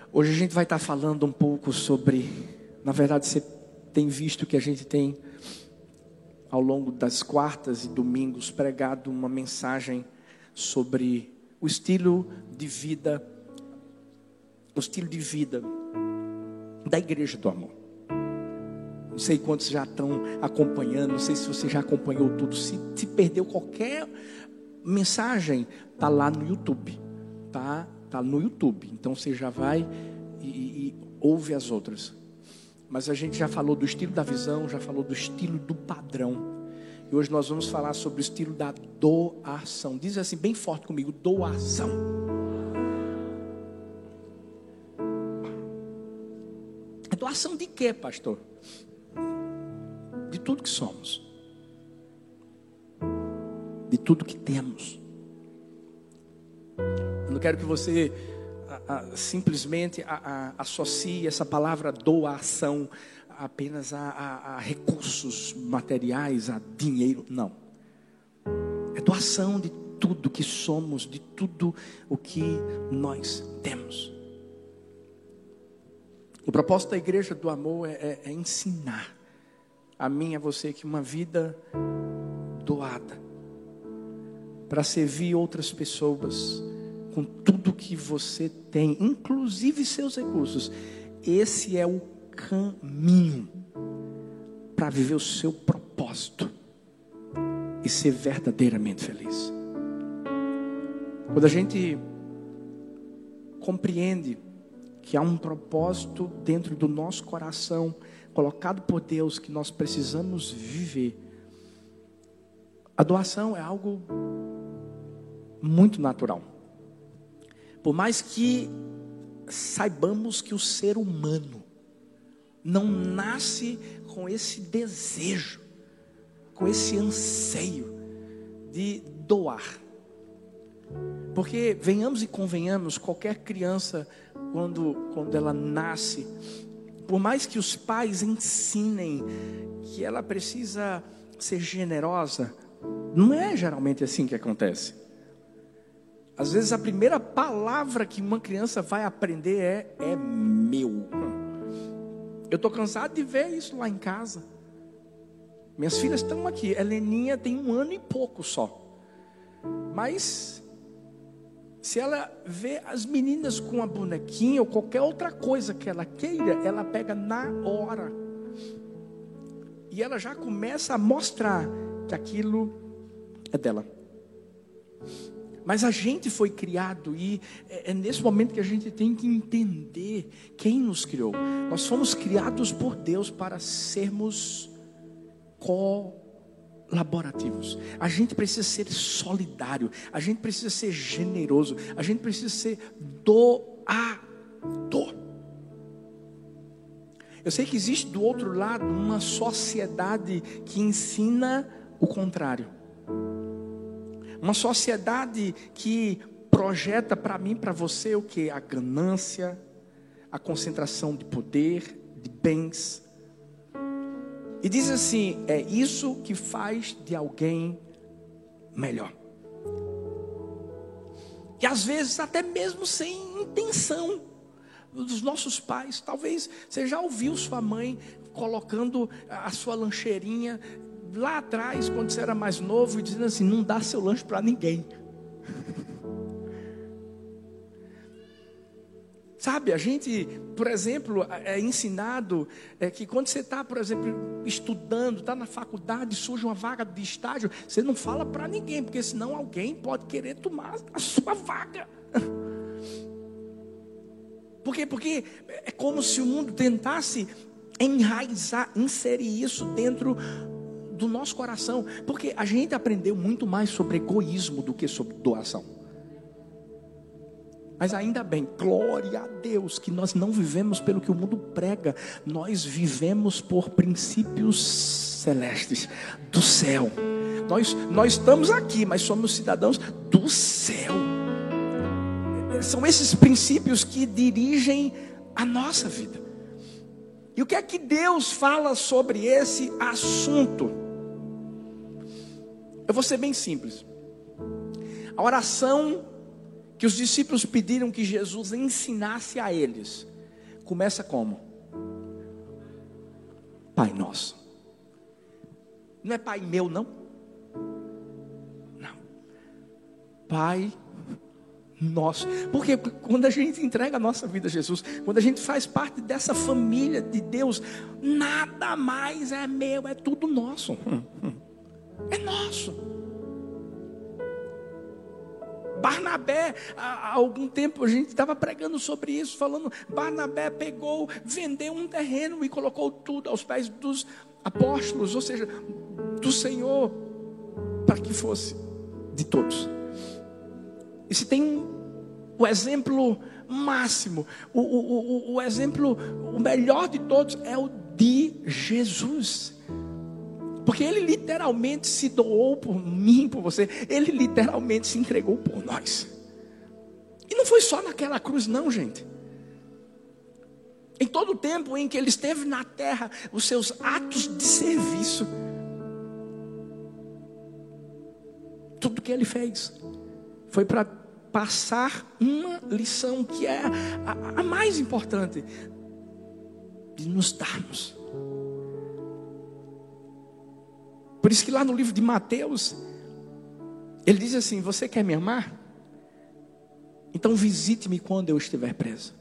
Hoje a gente vai estar falando um pouco sobre, na verdade você tem visto que a gente tem ao longo das quartas e domingos pregado uma mensagem sobre o estilo de vida da Igreja do Amor. Não sei quantos já estão acompanhando, não sei se você já acompanhou tudo. Se perdeu qualquer mensagem, está lá no YouTube, tá no YouTube. Então você já vai e ouve as outras. Mas a gente já falou do estilo da visão, já falou do estilo do padrão. E hoje nós vamos falar sobre o estilo da doação. Diz assim bem forte comigo: doação. Doação de quê, pastor? De tudo que somos, de tudo que temos. Eu não quero que você simplesmente associe essa palavra doação apenas a recursos materiais, a dinheiro. Não. É doação de tudo que somos, de tudo o que nós temos. O propósito da Igreja do Amor é ensinar a mim e a você que uma vida doada para servir outras pessoas com tudo que você tem, inclusive seus recursos, esse é o caminho para viver o seu propósito e ser verdadeiramente feliz. Quando a gente compreende que há um propósito dentro do nosso coração, colocado por Deus, que nós precisamos viver, a doação é algo muito natural. Por mais que saibamos que o ser humano não nasce com esse desejo, com esse anseio de doar. Porque venhamos e convenhamos, qualquer criança, quando ela nasce, por mais que os pais ensinem que ela precisa ser generosa, não é geralmente assim que acontece. Às vezes a primeira palavra que uma criança vai aprender é meu. Eu estou cansado de ver isso lá em casa. Minhas filhas estão aqui. A Heleninha tem 1 ano e pouco só. Mas se ela vê as meninas com a bonequinha ou qualquer outra coisa que ela queira, ela pega na hora. E ela já começa a mostrar que aquilo é dela. Mas a gente foi criado e é nesse momento que a gente tem que entender quem nos criou. Nós fomos criados por Deus para sermos colaborativos. A gente precisa ser solidário, a gente precisa ser generoso, a gente precisa ser doador. Eu sei que existe do outro lado uma sociedade que ensina o contrário. Uma sociedade que projeta para mim, para você, o que? A ganância, a concentração de poder, de bens. E diz assim: é isso que faz de alguém melhor. E às vezes até mesmo sem intenção dos nossos pais. Talvez você já ouviu sua mãe colocando a sua lancheirinha lá atrás, quando você era mais novo, e dizendo assim: não dá seu lanche para ninguém. Sabe, a gente, por exemplo, é ensinado que quando você está, por exemplo, estudando, está na faculdade, surge uma vaga de estágio, você não fala para ninguém, porque senão alguém pode querer tomar a sua vaga. Por quê? Porque é como se o mundo tentasse enraizar, inserir isso dentro do nosso coração, porque a gente aprendeu muito mais sobre egoísmo do que sobre doação. Mas ainda bem, glória a Deus, que nós não vivemos pelo que o mundo prega, nós vivemos por princípios celestes, do céu. Nós estamos aqui, mas somos cidadãos do céu. São esses princípios que dirigem a nossa vida. E o que é que Deus fala sobre esse assunto? Eu vou ser bem simples. A oração que os discípulos pediram que Jesus ensinasse a eles. Começa como? Pai Nosso. Não é Pai meu, não? Não. Pai Nosso. Porque quando a gente entrega a nossa vida a Jesus, quando a gente faz parte dessa família de Deus, nada mais é meu, é tudo nosso. É nosso. Barnabé, há algum tempo a gente estava pregando sobre isso, falando, Barnabé pegou, vendeu um terreno e colocou tudo aos pés dos apóstolos, ou seja, do Senhor, para que fosse de todos. E se tem o exemplo máximo, o exemplo, o melhor de todos é o de Jesus. Porque Ele literalmente se doou por mim, por você. Ele literalmente se entregou por nós. E não foi só naquela cruz não, gente. Em todo o tempo em que Ele esteve na terra, os seus atos de serviço, tudo que Ele fez foi para passar uma lição que é a mais importante, de nos darmos. Por isso que lá no livro de Mateus, ele diz assim, você quer me amar? Então visite-me quando eu estiver preso.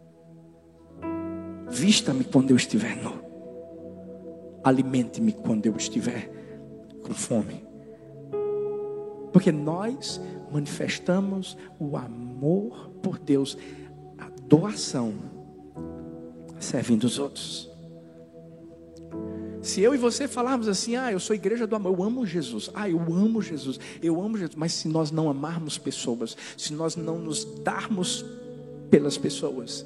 Vista-me quando eu estiver nu. Alimente-me quando eu estiver com fome. Porque nós manifestamos o amor por Deus, a doação, servindo os outros. Se eu e você falarmos assim, eu sou igreja do amor, eu amo Jesus, eu amo Jesus, eu amo Jesus, mas se nós não amarmos pessoas, se nós não nos darmos pelas pessoas,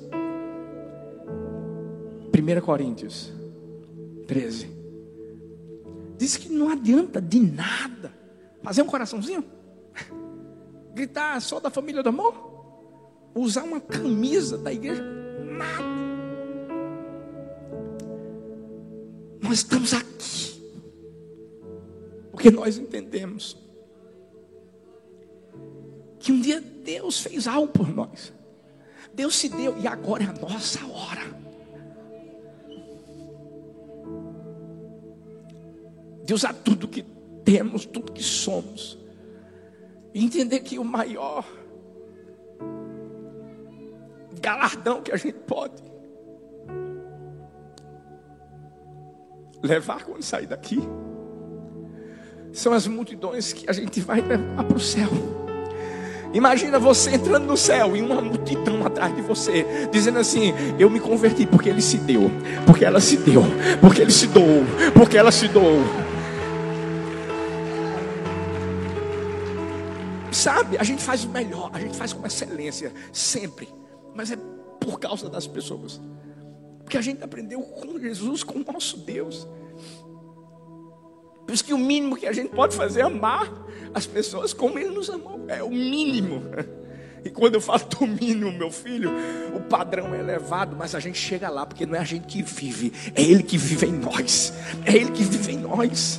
1 Coríntios 13 diz que não adianta de nada fazer um coraçãozinho, gritar só da família do amor, usar uma camisa da igreja, nada. Nós estamos aqui porque nós entendemos que um dia Deus fez algo por nós. Deus se deu e agora é a nossa hora. De usar tudo que temos, tudo que somos, e entender que o maior galardão que a gente pode levar quando sair daqui são as multidões que a gente vai levar para o céu. Imagina você entrando no céu e uma multidão atrás de você, dizendo assim, eu me converti porque ele se deu, porque ela se deu, porque ele se doou, porque ela se doou. Sabe, a gente faz o melhor, a gente faz com excelência, sempre, mas é por causa das pessoas. Porque a gente aprendeu com Jesus, com o nosso Deus. Por isso que o mínimo que a gente pode fazer é amar as pessoas como Ele nos amou. É o mínimo. E quando eu falo do mínimo, meu filho, o padrão é elevado, mas a gente chega lá, porque não é a gente que vive, é Ele que vive em nós. É Ele que vive em nós.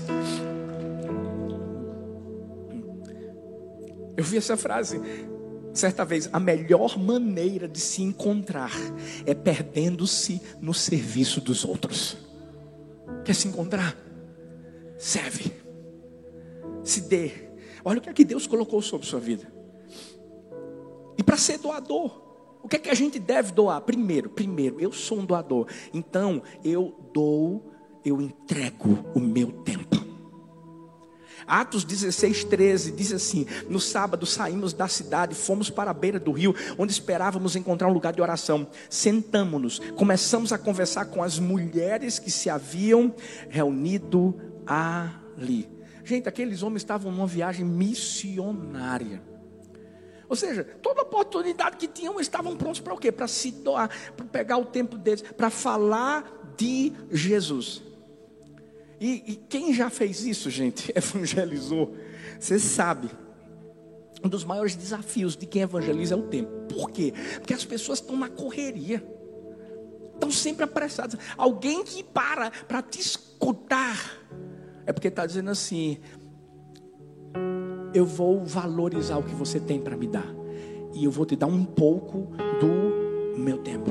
Eu vi essa frase certa vez, a melhor maneira de se encontrar é perdendo-se no serviço dos outros. Quer se encontrar? Serve. Se dê. Olha o que é que Deus colocou sobre sua vida. E para ser doador, o que é que a gente deve doar? Primeiro, eu sou um doador. Então, eu dou, eu entrego o meu tempo. Atos 16:13 diz assim: no sábado saímos da cidade, fomos para a beira do rio, onde esperávamos encontrar um lugar de oração. Sentamos-nos, começamos a conversar com as mulheres que se haviam reunido ali. Gente, aqueles homens estavam numa viagem missionária. Ou seja, toda oportunidade que tinham, estavam prontos para o quê? Para se doar, para pegar o tempo deles, para falar de Jesus. E quem já fez isso, gente, evangelizou, você sabe, um dos maiores desafios de quem evangeliza é o tempo. Por quê? Porque as pessoas estão na correria, estão sempre apressadas. Alguém que para te escutar, é porque está dizendo assim: eu vou valorizar o que você tem para me dar. e eu vou te dar um pouco do meu tempo.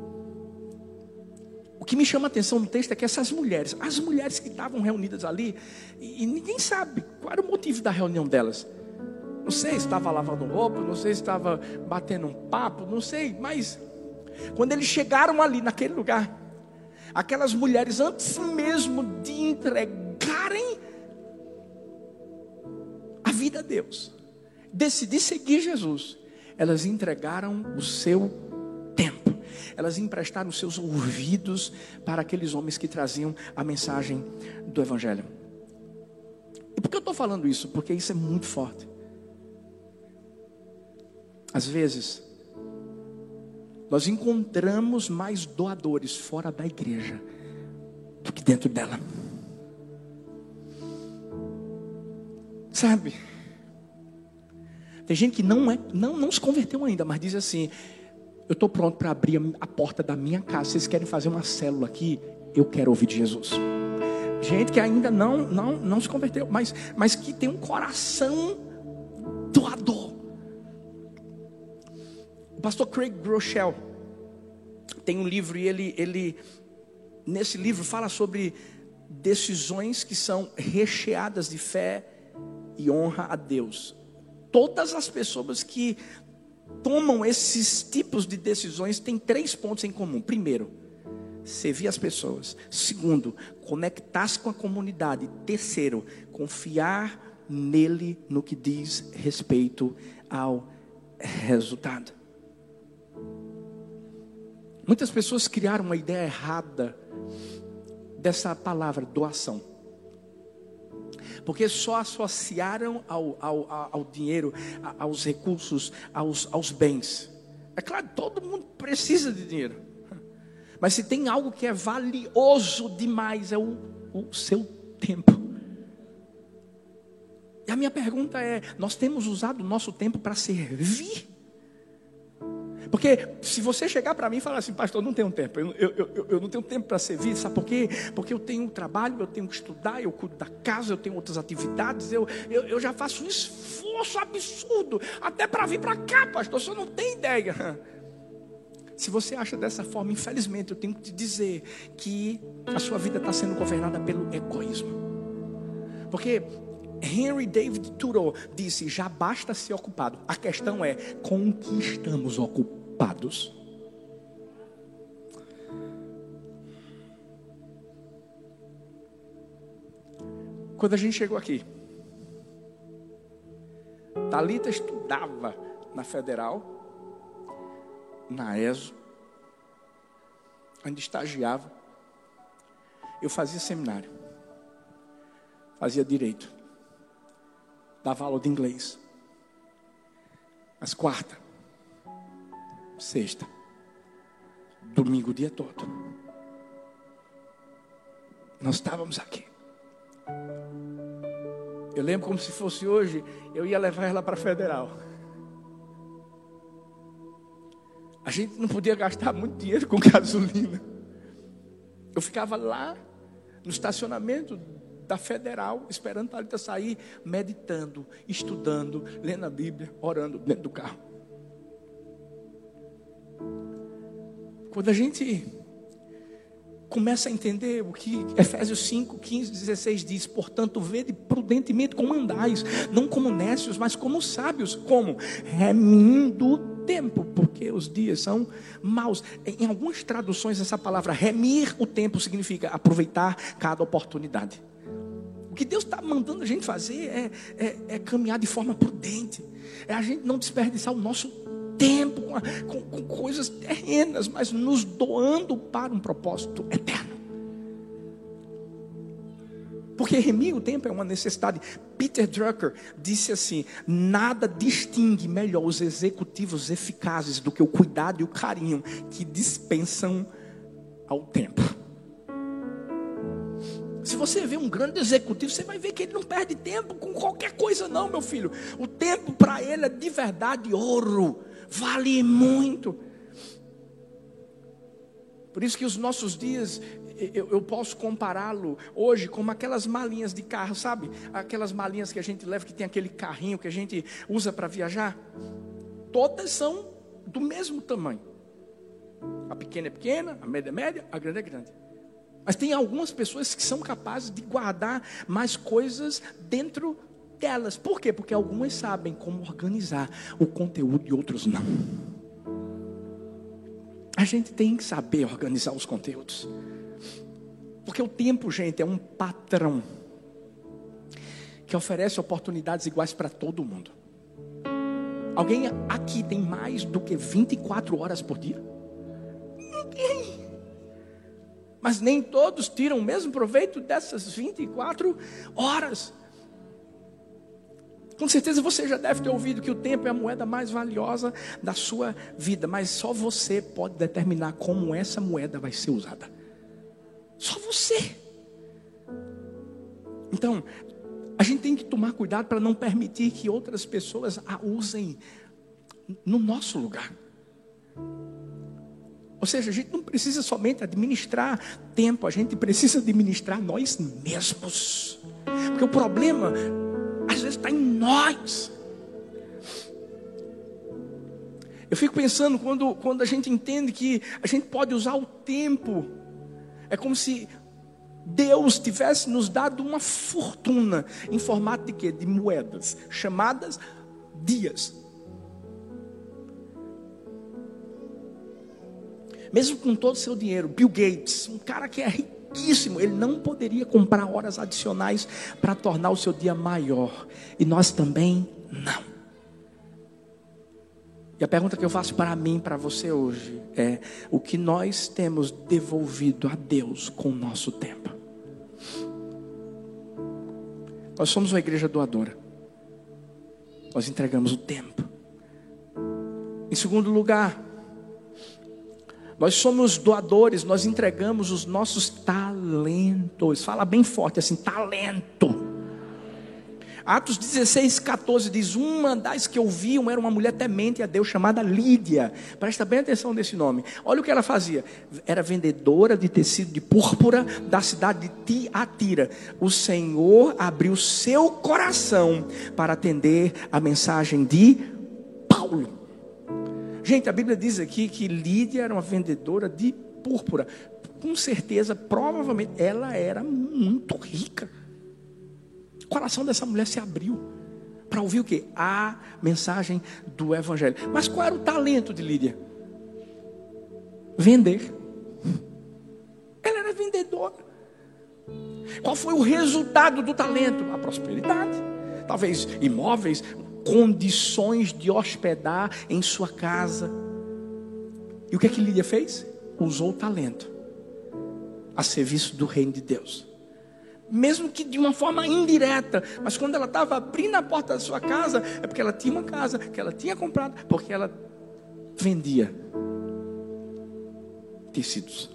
O que me chama a atenção no texto é que essas mulheres, as mulheres que estavam reunidas ali, e ninguém sabe qual era o motivo da reunião delas. Não sei se estava lavando roupa, não sei se estava batendo um papo, não sei, mas quando eles chegaram ali naquele lugar, aquelas mulheres, antes mesmo de entregarem a vida a Deus, decidir seguir Jesus, elas entregaram o seu tempo, elas emprestaram os seus ouvidos para aqueles homens que traziam a mensagem do Evangelho. E por que eu estou falando isso? Porque isso é muito forte. Às vezes, nós encontramos mais doadores fora da igreja do que dentro dela. Sabe? Tem gente que não se converteu ainda, mas diz assim: eu estou pronto para abrir a porta da minha casa. Vocês querem fazer uma célula aqui? Eu quero ouvir de Jesus. Gente que ainda não se converteu, mas que tem um coração doador. O pastor Craig Groeschel tem um livro, e ele nesse livro fala sobre decisões que são recheadas de fé e honra a Deus. Todas as pessoas que tomam esses tipos de decisões têm 3 pontos em comum. Primeiro, servir as pessoas. Segundo, conectar-se com a comunidade. Terceiro, confiar nele no que diz respeito ao resultado. Muitas pessoas criaram uma ideia errada dessa palavra doação, porque só associaram ao dinheiro, aos recursos, aos bens. É claro, todo mundo precisa de dinheiro, mas se tem algo que é valioso demais, é o seu tempo. E a minha pergunta é: nós temos usado o nosso tempo para servir? Porque se você chegar para mim e falar assim: pastor, eu não tenho tempo, eu não tenho tempo para servir, sabe por quê? Porque eu tenho um trabalho, eu tenho que estudar, eu cuido da casa, eu tenho outras atividades, eu já faço um esforço absurdo até para vir para cá, pastor, você não tem ideia. Se você acha dessa forma, infelizmente eu tenho que te dizer que a sua vida está sendo governada pelo egoísmo. Porque Henry David Thoreau disse: já basta ser ocupado, a questão é com que estamos ocupados. Quando a gente chegou aqui, Thalita estudava na Federal, na ESO, ainda estagiava. Eu fazia seminário, fazia direito, dava aula de inglês, às quarta, sexta, domingo o dia todo. Nós estávamos aqui. Eu lembro como se fosse hoje, eu ia levar ela para a Federal. A gente não podia gastar muito dinheiro com gasolina. Eu ficava lá no estacionamento da Federal, esperando a Thalita sair, meditando, estudando, lendo a Bíblia, orando dentro do carro. Quando a gente começa a entender o que Efésios 5, 15, 16 diz: portanto, vede prudentemente como andais, não como nécios, mas como sábios. Como? Remindo o tempo, porque os dias são maus. Em algumas traduções, essa palavra remir o tempo significa aproveitar cada oportunidade. O que Deus está mandando a gente fazer é caminhar de forma prudente, é a gente não desperdiçar o nosso tempo com coisas terrenas, mas nos doando para um propósito eterno. Porque remir o tempo é uma necessidade. Peter Drucker disse assim: nada distingue melhor os executivos eficazes do que o cuidado e o carinho que dispensam ao tempo. Se você vê um grande executivo, você vai ver que ele não perde tempo com qualquer coisa não, meu filho. O tempo para ele é de verdade ouro, vale muito. Por isso que os nossos dias, eu posso compará-lo hoje como aquelas malinhas de carro, sabe? Aquelas malinhas que a gente leva, que tem aquele carrinho que a gente usa para viajar. Todas são do mesmo tamanho. A pequena é pequena, a média é média, a grande é grande. Mas tem algumas pessoas que são capazes de guardar mais coisas dentro delas. Por quê? Porque algumas sabem como organizar o conteúdo e outros não. A gente tem que saber organizar os conteúdos. Porque o tempo, gente, é um patrão que oferece oportunidades iguais para todo mundo. Alguém aqui tem mais do que 24 horas por dia? Ninguém. Mas nem todos tiram o mesmo proveito dessas 24 horas. Com certeza você já deve ter ouvido que o tempo é a moeda mais valiosa da sua vida. Mas só você pode determinar como essa moeda vai ser usada. Só você. Então, a gente tem que tomar cuidado para não permitir que outras pessoas a usem no nosso lugar. Ou seja, a gente não precisa somente administrar tempo, a gente precisa administrar nós mesmos. Porque o problema, às vezes, está em nós. Eu fico pensando, quando a gente entende que a gente pode usar o tempo, é como se Deus tivesse nos dado uma fortuna em formato de quê? De moedas, chamadas dias. Mesmo com todo o seu dinheiro, Bill Gates, um cara que é riquíssimo, ele não poderia comprar horas adicionais para tornar o seu dia maior. E nós também não. E a pergunta que eu faço para mim, para você hoje é: o que nós temos devolvido a Deus com o nosso tempo? Nós somos uma igreja doadora. Nós entregamos o tempo. Em segundo lugar, nós somos doadores, nós entregamos os nossos talentos. Fala bem forte assim, talento. Atos 16:14 diz: uma das que ouviam era uma mulher temente a Deus chamada Lídia. Presta bem atenção nesse nome. Olha o que ela fazia. Era vendedora de tecido de púrpura da cidade de Tiatira. O Senhor abriu seu coração para atender a mensagem de Paulo. Gente, a Bíblia diz aqui que Lídia era uma vendedora de púrpura. Com certeza, provavelmente, ela era muito rica. O coração dessa mulher se abriu para ouvir o quê? A mensagem do Evangelho. Mas qual era o talento de Lídia? Vender. Ela era vendedora. Qual foi o resultado do talento? A prosperidade. Talvez imóveis, condições de hospedar em sua casa. E o que é que Lídia fez? Usou o talento a serviço do reino de Deus. Mesmo que de uma forma indireta. Mas quando ela estava abrindo a porta da sua casa, é porque ela tinha uma casa que ela tinha comprado, porque ela vendia tecidos.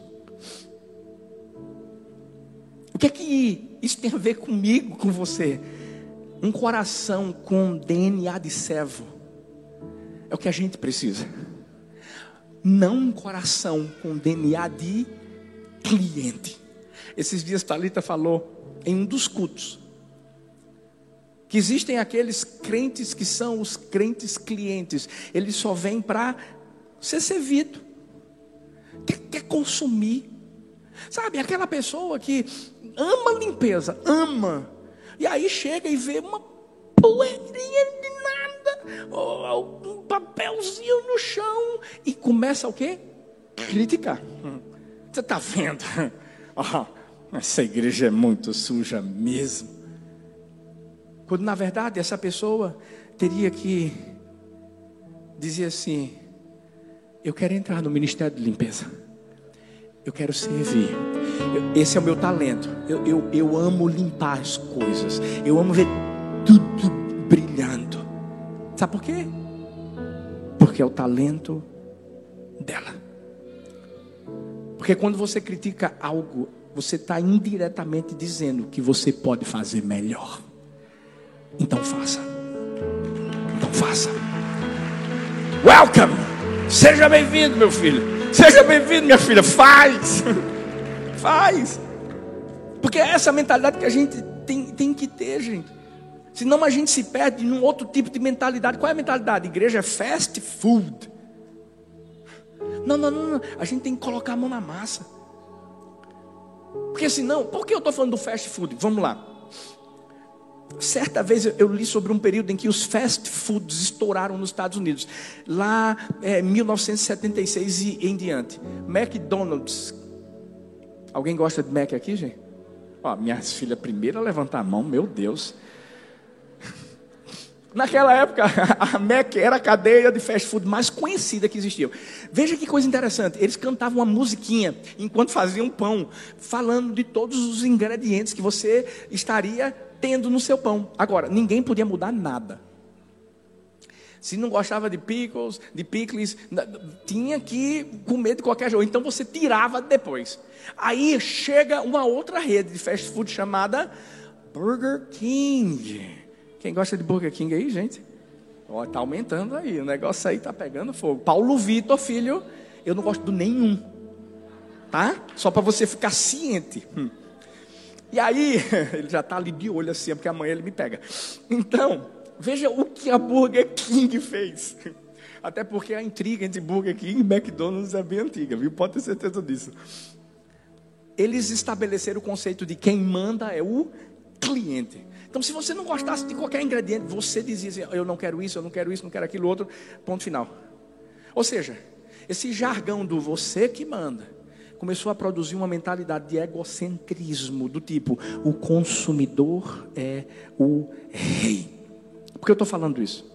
O que é que isso tem a ver comigo, com você? Um coração com DNA de servo é o que a gente precisa. Não um coração com DNA de cliente. Esses dias Thalita falou em um dos cultos que existem aqueles crentes que são os crentes clientes. Eles só vêm para ser servido, quer consumir. Sabe, aquela pessoa que ama limpeza, ama, e aí chega e vê uma poeirinha de nada, ou um papelzinho no chão, e começa o quê? Criticar. Você está vendo? Essa igreja é muito suja mesmo. Quando na verdade essa pessoa teria que dizer assim: eu quero entrar no ministério de limpeza, eu quero servir, esse é o meu talento, eu amo limpar as coisas, eu amo ver tudo brilhando. Sabe por quê? Porque é o talento dela. Porque quando você critica algo, você está indiretamente dizendo que você pode fazer melhor. Então faça. Então faça. Welcome. Seja bem-vindo, meu filho. Seja bem-vindo, minha filha. Faz. Faz. Porque é essa mentalidade que a gente tem que ter, gente. Senão a gente se perde num outro tipo de mentalidade. Qual é a mentalidade? Igreja é fast food. Não. A gente tem que colocar a mão na massa. Porque senão, por que eu estou falando do fast food? Vamos lá. Certa vez eu li sobre um período em que os fast foods estouraram nos Estados Unidos. Lá, 1976 e em diante. McDonald's. Alguém gosta de Mac aqui, gente? Ó, minhas filhas primeiro a levantar a mão, meu Deus. Naquela época, a Mac era a cadeia de fast food mais conhecida que existia. Veja que coisa interessante. Eles cantavam uma musiquinha enquanto faziam pão, falando de todos os ingredientes que você estaria tendo no seu pão. Agora, ninguém podia mudar nada. Se não gostava de pickles, tinha que comer de qualquer jeito. Então você tirava depois. Aí chega uma outra rede de fast food chamada Burger King. Quem gosta de Burger King aí, gente? Ó, tá aumentando aí, o negócio aí tá pegando fogo. Paulo Vitor, filho, eu não gosto do nenhum. Tá? Só para você ficar ciente. E aí, ele já tá ali de olho assim, porque amanhã ele me pega. Então, veja o que a Burger King fez. Até porque a intriga entre Burger King e McDonald's é bem antiga, viu? Pode ter certeza disso. Eles estabeleceram o conceito de quem manda é o cliente. Então, se você não gostasse de qualquer ingrediente, você dizia assim, eu não quero isso, não quero aquilo outro, ponto final. Ou seja, esse jargão do você que manda começou a produzir uma mentalidade de egocentrismo, do tipo, o consumidor é o rei. Por que eu estou falando isso?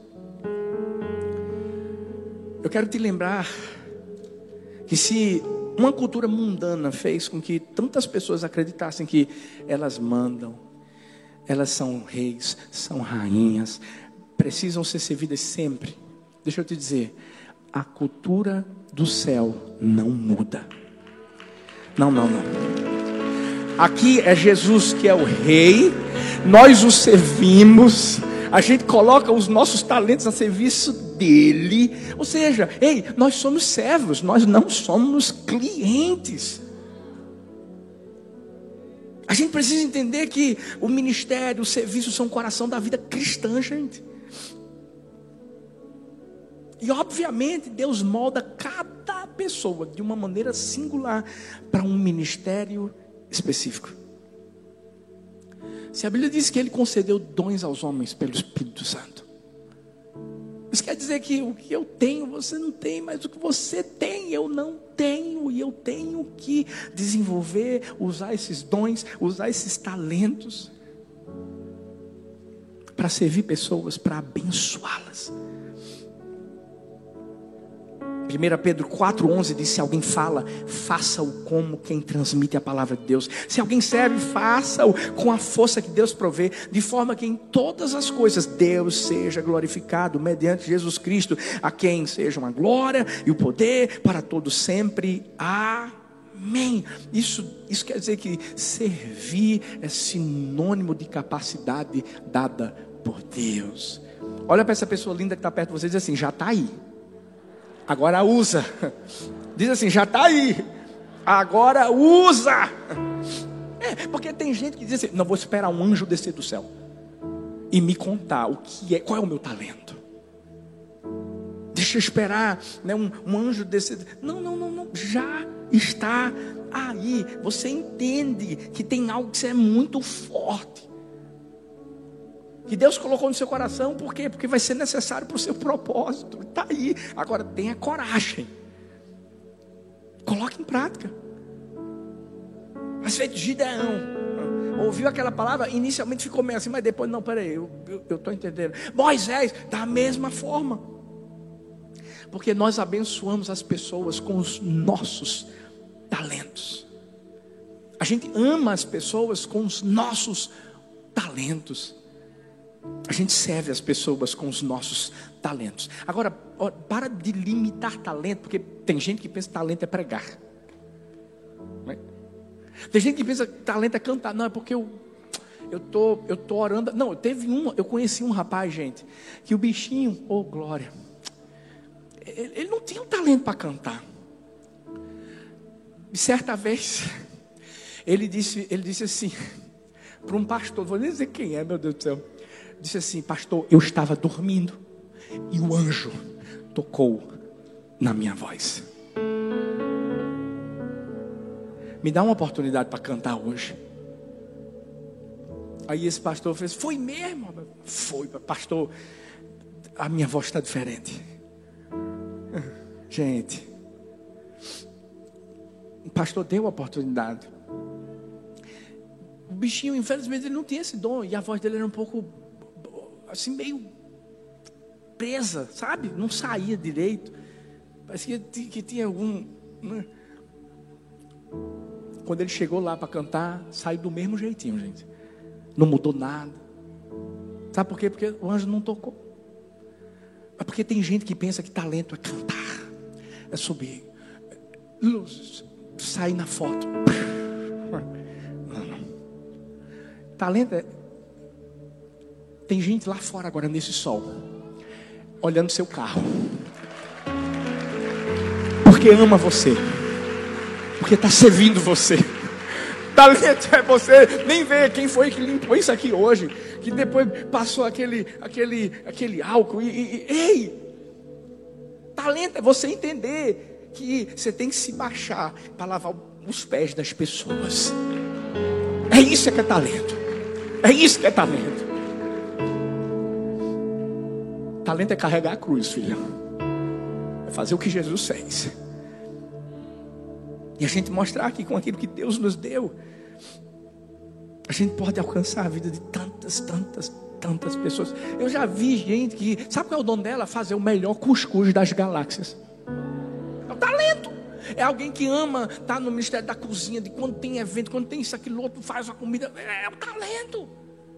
Eu quero te lembrar que se uma cultura mundana fez com que tantas pessoas acreditassem que elas mandam, elas são reis, são rainhas, precisam ser servidas sempre. Deixa eu te dizer, a cultura do céu não muda. Não. Aqui é Jesus que é o rei, nós o servimos, a gente coloca os nossos talentos a serviço dele. Ou seja, nós somos servos, nós não somos clientes. A gente precisa entender que o ministério, o serviço são o coração da vida cristã, gente. E obviamente Deus molda cada pessoa de uma maneira singular para um ministério específico. Se a Bíblia diz que Ele concedeu dons aos homens pelo Espírito Santo, isso quer dizer que o que eu tenho você não tem, mas o que você tem eu não tenho, e eu tenho que desenvolver, usar esses dons, usar esses talentos para servir pessoas, para abençoá-las. 1 Pedro 4,11 diz, se alguém fala, faça-o como quem transmite a palavra de Deus. Se alguém serve, faça-o com a força que Deus provê, de forma que em todas as coisas Deus seja glorificado, mediante Jesus Cristo, a quem sejam a glória e o poder para todos sempre. Amém. Isso quer dizer que servir é sinônimo de capacidade dada por Deus. Olha para essa pessoa linda que está perto de você e diz assim, já está aí. Agora usa. Diz assim, já está aí. Agora usa. Porque tem gente que diz assim, não, vou esperar um anjo descer do céu e me contar o que é, qual é o meu talento. Deixa eu esperar, né, um anjo descer. Não. Já está aí. Você entende que tem algo que é muito forte, que Deus colocou no seu coração. Por quê? Porque vai ser necessário para o seu propósito. Está aí. Agora tenha coragem. Coloque em prática. Mas feito Gideão, ouviu aquela palavra, inicialmente ficou meio assim, mas depois, não, peraí, eu estou entendendo. Moisés, da mesma forma. Porque nós abençoamos as pessoas com os nossos talentos. A gente ama as pessoas com os nossos talentos. A gente serve as pessoas com os nossos talentos. Agora, para de limitar talento, porque tem gente que pensa que talento é pregar. Não é? Tem gente que pensa que talento é cantar. Não, é porque eu tô orando. Não, eu conheci um rapaz, gente, que o bichinho, glória, ele não tinha um talento para cantar. E certa vez, ele disse assim para um pastor, vou nem dizer quem é, meu Deus do céu. disse assim: pastor, eu estava dormindo e o anjo tocou na minha voz. Me dá uma oportunidade para cantar hoje. Aí esse pastor fez: foi mesmo? Foi, pastor, a minha voz está diferente. Gente, o pastor deu a oportunidade. O bichinho, infelizmente, ele não tinha esse dom. E a voz dele era um pouco, assim, meio presa, sabe? Não saía direito. Parecia que tinha algum... né? Quando ele chegou lá para cantar, saiu do mesmo jeitinho, gente. Não mudou nada. Sabe por quê? Porque o anjo não tocou. É porque tem gente que pensa que talento é cantar, é subir, sair na foto. Não. Talento é... Tem gente lá fora agora nesse sol, olhando seu carro, porque ama você, porque está servindo você. Talento é você nem ver quem foi que limpou isso aqui hoje, que depois passou aquele álcool ei, talento é você entender que você tem que se baixar para lavar os pés das pessoas. É isso que é talento. É isso que é talento. Talento é carregar a cruz, filha. É fazer o que Jesus fez. E a gente mostrar aqui com aquilo que Deus nos deu, a gente pode alcançar a vida de tantas pessoas. Eu já vi gente que... Sabe qual é o dom dela? Fazer o melhor cuscuz das galáxias. É o talento. É alguém que ama estar no ministério da cozinha, de quando tem evento, quando tem isso, aquilo, outro, faz a comida. É o talento.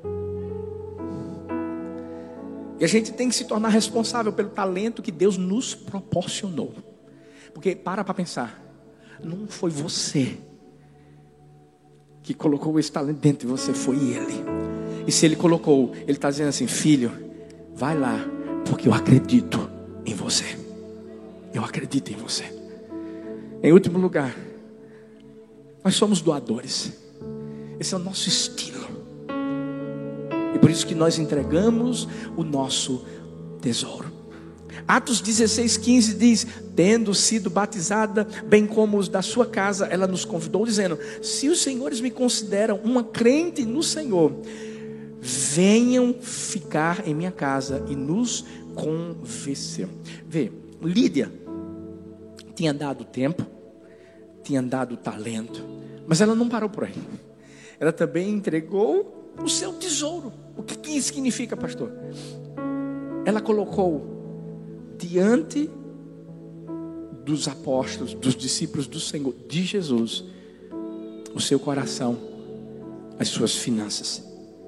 E a gente tem que se tornar responsável pelo talento que Deus nos proporcionou. Porque, para pensar, não foi você que colocou esse talento dentro de você, foi Ele. E se Ele colocou, Ele está dizendo assim: filho, vai lá, porque eu acredito em você. Eu acredito em você. Em último lugar, nós somos doadores. Esse é o nosso estilo. E por isso que nós entregamos o nosso tesouro. Atos 16:15 diz: tendo sido batizada, bem como os da sua casa, ela nos convidou, dizendo: se os senhores me consideram uma crente no Senhor, venham ficar em minha casa. E nos convenceu. Vê, Lídia tinha dado tempo, tinha dado talento, mas ela não parou por aí. Ela também entregou o seu tesouro. O que isso significa, pastor? Ela colocou diante dos apóstolos, dos discípulos do Senhor, de Jesus, o seu coração, as suas finanças.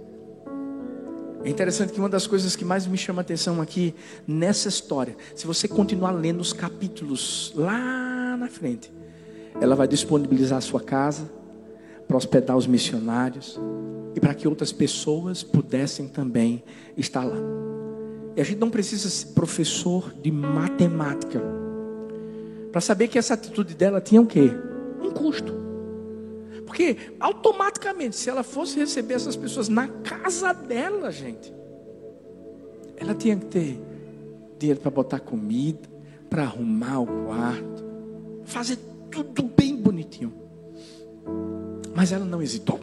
É interessante que uma das coisas que mais me chama a atenção aqui nessa história, se você continuar lendo os capítulos lá na frente, ela vai disponibilizar a sua casa para hospedar os missionários e para que outras pessoas pudessem também estar lá. E a gente não precisa ser professor de matemática para saber que essa atitude dela tinha o quê? Um custo. Porque automaticamente, se ela fosse receber essas pessoas na casa dela, gente, ela tinha que ter dinheiro para botar comida, para arrumar o quarto, fazer tudo bem bonitinho. Mas ela não hesitou.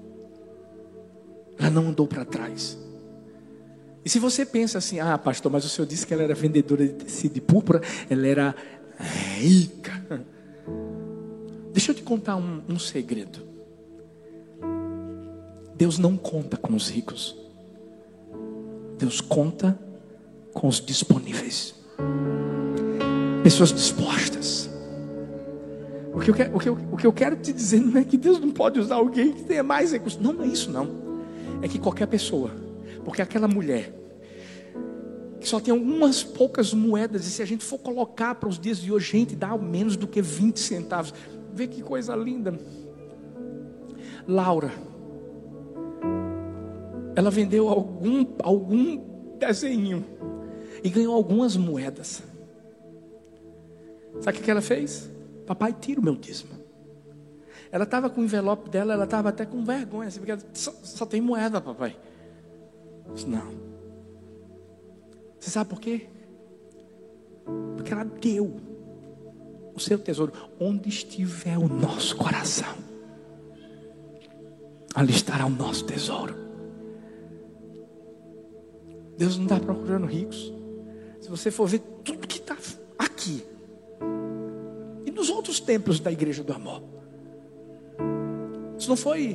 Ela não andou para trás. E se você pensa assim: ah, pastor, mas o senhor disse que ela era vendedora de tecido de púrpura, ela era rica. Deixa eu te contar um segredo. Deus não conta com os ricos. Deus conta com os disponíveis. Pessoas dispostas. O que eu quero te dizer não é que Deus não pode usar alguém que tenha mais recursos. Não é isso, não. É que qualquer pessoa. Porque aquela mulher que só tem algumas poucas moedas, e se a gente for colocar para os dias de hoje, gente, dá menos do que 20 centavos. Vê que coisa linda. Laura, ela vendeu algum desenho e ganhou algumas moedas. Sabe o que ela fez? Papai, tira o meu dízimo. Ela estava com o envelope dela, ela estava até com vergonha, assim, porque só tem moeda, papai. Não. Você sabe por quê? Porque ela deu o seu tesouro. Onde estiver o nosso coração, ali estará o nosso tesouro. Deus não está procurando ricos. Se você for ver tudo que está aqui e nos outros templos da Igreja do Amor, isso não foi,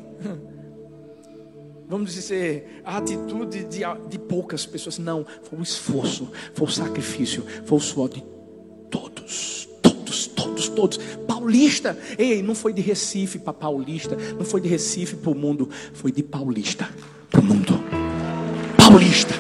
vamos dizer, a atitude de poucas pessoas. Não, foi o esforço, foi o sacrifício, foi o suor de todos. Paulista, ei, não foi de Recife para Paulista, não foi de Recife para o mundo, foi de Paulista para o mundo. Paulista.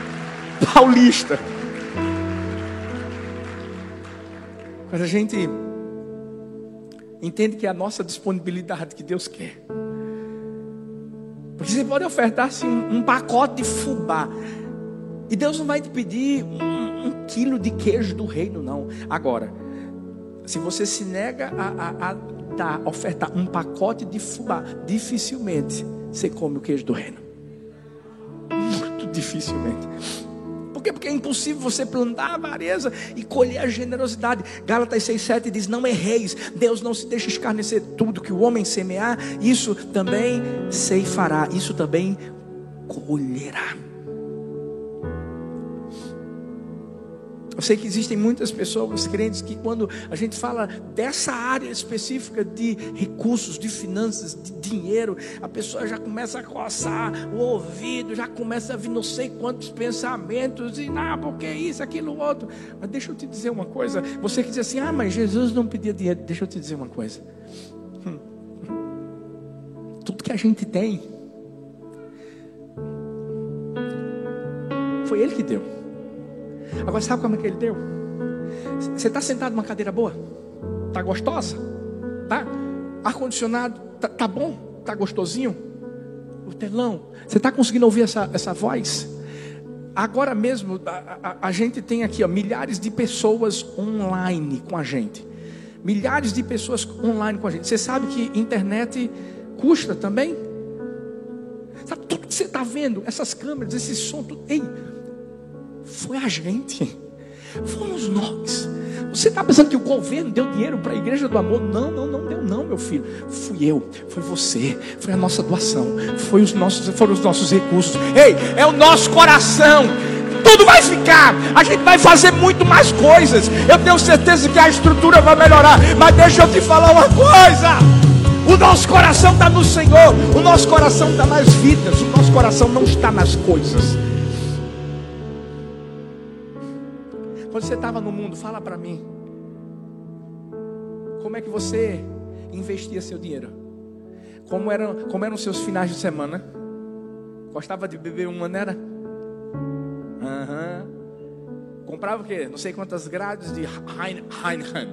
Quando a gente entende que é a nossa disponibilidade que Deus quer. Porque você pode ofertar assim, um pacote de fubá, e Deus não vai te pedir um quilo de queijo do reino, não. Agora, se você se nega a ofertar um pacote de fubá, dificilmente você come o queijo do reino. Muito dificilmente. Por quê? Porque é impossível você plantar a avareza e colher a generosidade. Gálatas 6,7 diz: não erreis, Deus não se deixa escarnecer. Tudo que o homem semear, isso também ceifará, isso também colherá. Eu sei que existem muitas pessoas crentes que, quando a gente fala dessa área específica de recursos, de finanças, de dinheiro, a pessoa já começa a coçar o ouvido, já começa a vir não sei quantos pensamentos, e porque isso, aquilo, outro. Mas deixa eu te dizer uma coisa. Você que diz assim: mas Jesus não pedia dinheiro. Deixa eu te dizer uma coisa. Tudo que a gente tem foi Ele que deu. Agora, sabe como é que Ele deu? Você está sentado numa cadeira boa? Está gostosa? Tá? Ar-condicionado? Tá bom? Tá gostosinho? O telão? Você está conseguindo ouvir essa voz? Agora mesmo, a gente tem aqui milhares de pessoas online com a gente. Milhares de pessoas online com a gente. Você sabe que internet custa também? Sabe tudo que você está vendo? Essas câmeras, esse som, tudo. Ei, foi a gente, fomos nós. Você está pensando que o governo deu dinheiro para a Igreja do Amor? Não deu não, meu filho. Fui eu, foi você, foi a nossa doação, foram os nossos recursos. Ei, é o nosso coração. Tudo vai ficar, a gente vai fazer muito mais coisas. Eu tenho certeza que a estrutura vai melhorar. Mas deixa eu te falar uma coisa: o nosso coração está no Senhor, o nosso coração está nas vidas, o nosso coração não está nas coisas. Quando você estava no mundo, fala para mim, como é que você investia seu dinheiro? Como eram seus finais de semana? Gostava de beber uma, não era? Comprava o quê? Não sei quantas grades de Heineken.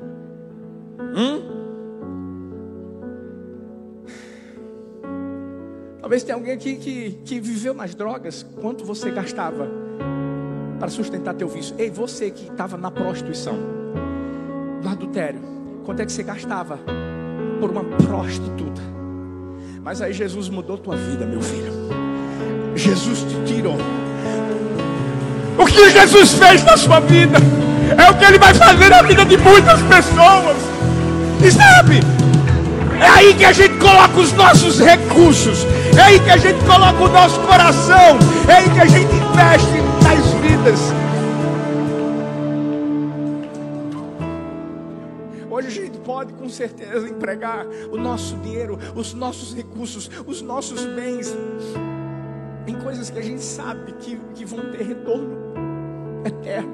Talvez tenha alguém aqui que viveu nas drogas. Quanto você gastava para sustentar teu vício? Ei, você que estava na prostituição, no adultério, quanto é que você gastava por uma prostituta? Mas aí Jesus mudou tua vida, meu filho. Jesus te tirou. O que Jesus fez na sua vida é o que Ele vai fazer na vida de muitas pessoas. E sabe, é aí que a gente coloca os nossos recursos, é aí que a gente coloca o nosso coração, é aí que a gente investe nas vidas. Hoje a gente pode com certeza empregar o nosso dinheiro, os nossos recursos, os nossos bens em coisas que a gente sabe que vão ter retorno eterno.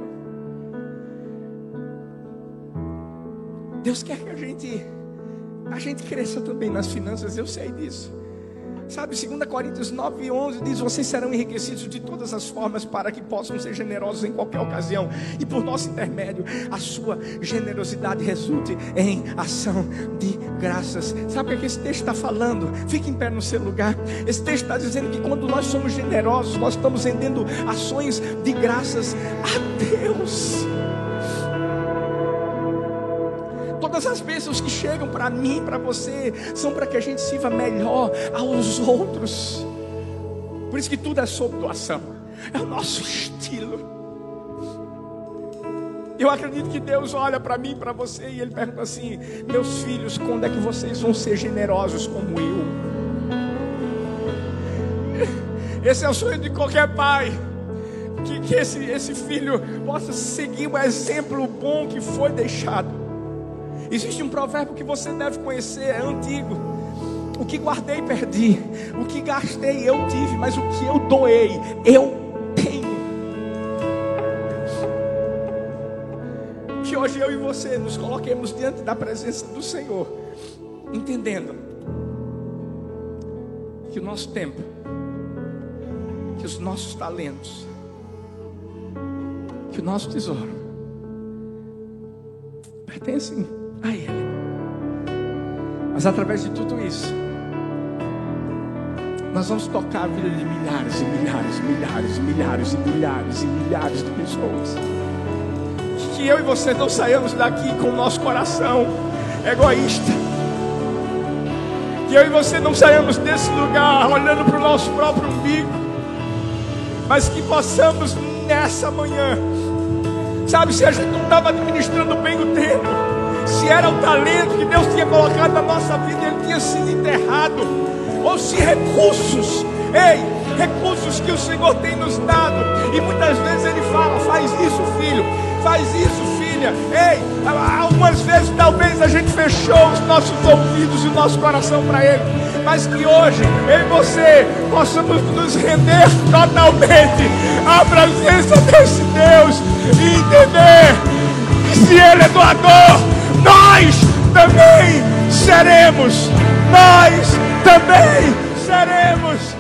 Deus quer que a gente cresça também nas finanças, eu sei disso. Sabe, 2 Coríntios 9:11 diz: vocês serão enriquecidos de todas as formas para que possam ser generosos em qualquer ocasião, e por nosso intermédio a sua generosidade resulte em ação de graças. Sabe o que esse texto está falando? Fique em pé no seu lugar. Esse texto está dizendo que quando nós somos generosos, nós estamos rendendo ações de graças a Deus. Todas as bênçãos que chegam para mim, para você, são para que a gente sirva melhor aos outros. Por isso que tudo é sobre doação. É o nosso estilo. Eu acredito que Deus olha para mim, para você, e Ele pergunta assim: meus filhos, quando é que vocês vão ser generosos como eu? Esse é o sonho de qualquer pai. Que esse filho possa seguir o exemplo bom que foi deixado. Existe um provérbio que você deve conhecer, é antigo: o que guardei, perdi. O que gastei, eu tive. Mas o que eu doei, eu tenho. Que hoje eu e você nos coloquemos diante da presença do Senhor, entendendo que o nosso tempo, que os nossos talentos, que o nosso tesouro pertencem a Ele. Mas através de tudo isso, nós vamos tocar a vida de milhares e milhares e milhares e milhares e milhares e milhares de pessoas. Que eu e você não saiamos daqui com o nosso coração egoísta. Que eu e você não saiamos desse lugar olhando para o nosso próprio umbigo. Mas que possamos nessa manhã, sabe, se a gente não estava administrando bem o tempo, se era o talento que Deus tinha colocado na nossa vida, ele tinha sido enterrado, ou se recursos que o Senhor tem nos dado, e muitas vezes Ele fala: faz isso, filho, faz isso, filha. Algumas vezes talvez a gente fechou os nossos ouvidos e o nosso coração para Ele, mas que hoje eu e você possamos nos render totalmente à presença desse Deus e entender que se Ele é doador, nós também seremos. Nós também seremos.